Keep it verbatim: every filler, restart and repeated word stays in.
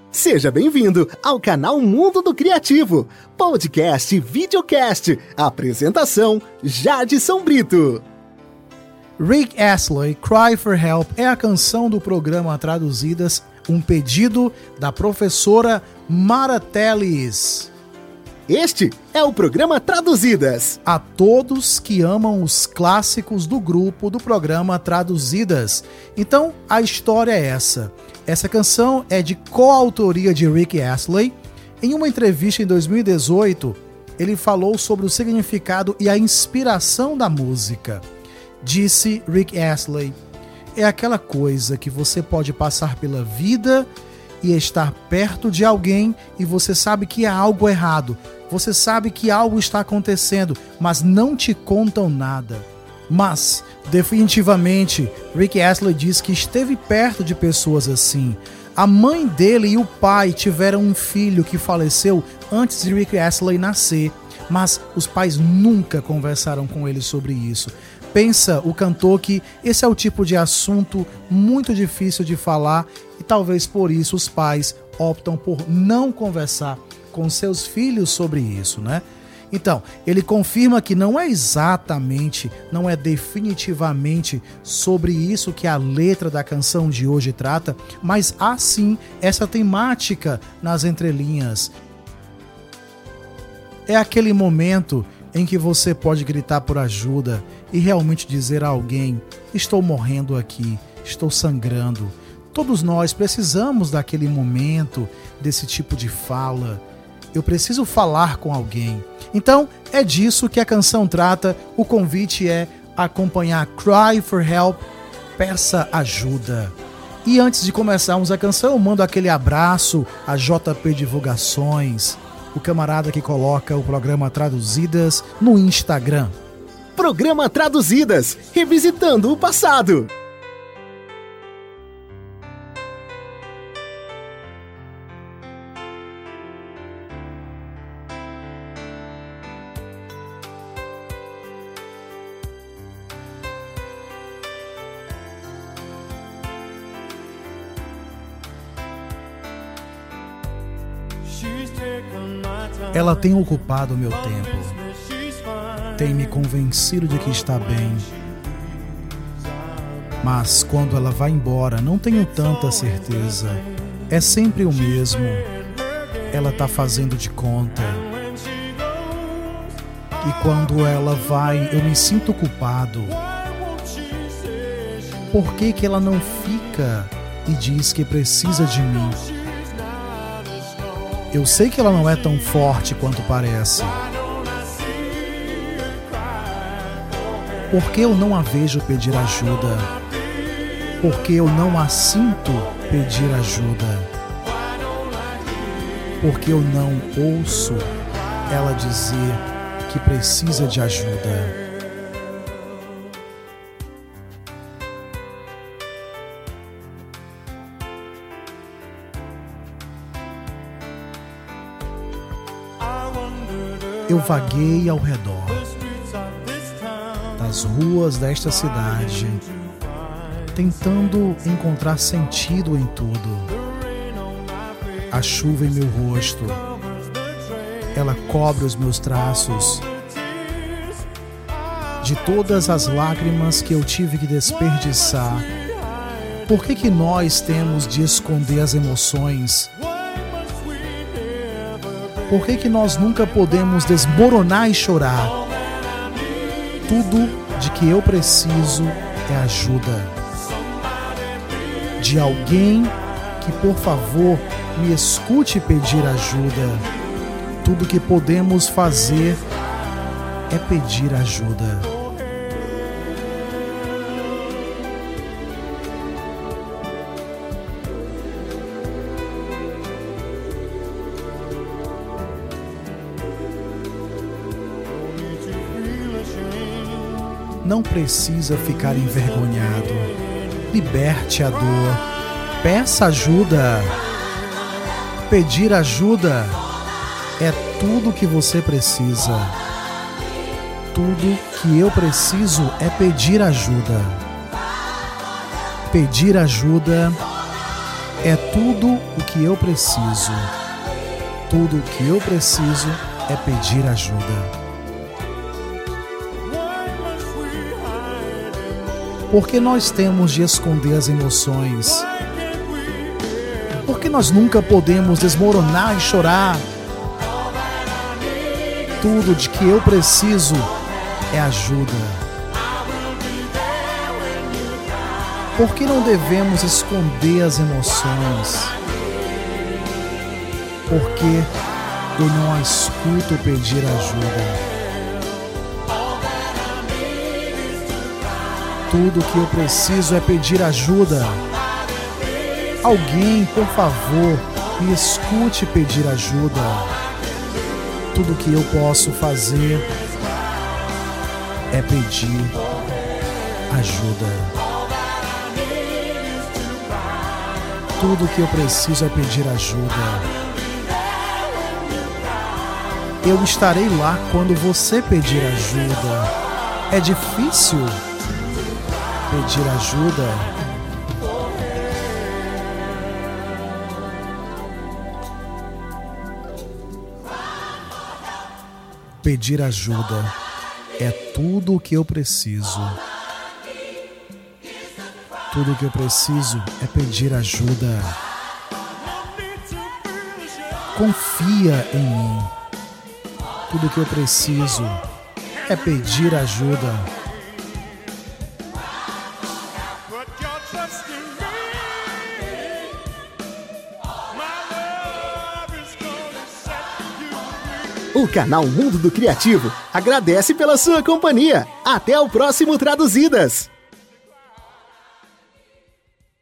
Seja bem-vindo ao canal Mundo do Criativo, podcast e videocast. Apresentação, Jadson Brito. Rick Astley, Cry for Help é a canção do programa Traduzidas, um pedido da professora Mara Teles. Este é o programa Traduzidas. A todos que amam os clássicos do grupo do programa Traduzidas. Então, a história é essa. Essa canção é de coautoria de Rick Astley. Em uma entrevista em dois mil e dezoito, ele falou sobre o significado e a inspiração da música. Disse Rick Astley: é aquela coisa que você pode passar pela vida e estar perto de alguém e você sabe que há algo errado. Você sabe que algo está acontecendo, mas não te contam nada. Mas, definitivamente, Rick Astley diz que esteve perto de pessoas assim. A mãe dele e o pai tiveram um filho que faleceu antes de Rick Astley nascer, mas os pais nunca conversaram com ele sobre isso. Pensa o cantor que esse é o tipo de assunto muito difícil de falar e talvez por isso os pais optam por não conversar com seus filhos sobre isso, né? Então, ele confirma que não é exatamente, não é definitivamente sobre isso que a letra da canção de hoje trata, mas há sim essa temática nas entrelinhas. É aquele momento em que você pode gritar por ajuda e realmente dizer a alguém: estou morrendo aqui, estou sangrando. Todos nós precisamos daquele momento, desse tipo de fala. Eu preciso falar com alguém. Então, é disso que a canção trata. O convite é acompanhar Cry for Help, peça ajuda. E antes de começarmos a canção, eu mando aquele abraço a J P Divulgações, o camarada que coloca o programa Traduzidas no Instagram. Programa Traduzidas, revisitando o passado. Ela tem ocupado o meu tempo, tem me convencido de que está bem, mas quando ela vai embora não tenho tanta certeza, é sempre o mesmo, ela tá fazendo de conta, e quando ela vai eu me sinto culpado. Por que que ela não fica e diz que precisa de mim? Eu sei que ela não é tão forte quanto parece. Por que eu não a vejo pedir ajuda? Por que eu não a sinto pedir ajuda? Por que eu não ouço ela dizer que precisa de ajuda? Eu vaguei ao redor das ruas desta cidade, tentando encontrar sentido em tudo. A chuva em meu rosto, ela cobre os meus traços. De todas as lágrimas que eu tive que desperdiçar, por que que nós temos de esconder as emoções? Por que que nós nunca podemos desmoronar e chorar? Tudo de que eu preciso é ajuda. De alguém que, por favor, me escute pedir ajuda. Tudo que podemos fazer é pedir ajuda. Não precisa ficar envergonhado. Liberte a dor. Peça ajuda. Pedir ajuda é tudo que você precisa. Tudo que eu preciso é pedir ajuda. Pedir ajuda é tudo o que eu preciso. Tudo o que eu preciso é pedir ajuda. Por que nós temos de esconder as emoções? Por que nós nunca podemos desmoronar e chorar? Tudo de que eu preciso é ajuda. Por que não devemos esconder as emoções? Porque eu não a escuto pedir ajuda. Tudo que eu preciso é pedir ajuda. Alguém, por favor, me escute pedir ajuda. Tudo que eu posso fazer é pedir ajuda. Tudo que eu preciso é pedir ajuda. Eu estarei lá quando você pedir ajuda. É difícil pedir ajuda? Pedir ajuda é tudo o que eu preciso. Tudo o que eu preciso é pedir ajuda. Confia em mim. Tudo o que eu preciso é pedir ajuda. O canal Mundo do Criativo agradece pela sua companhia. Até o próximo Traduzidas!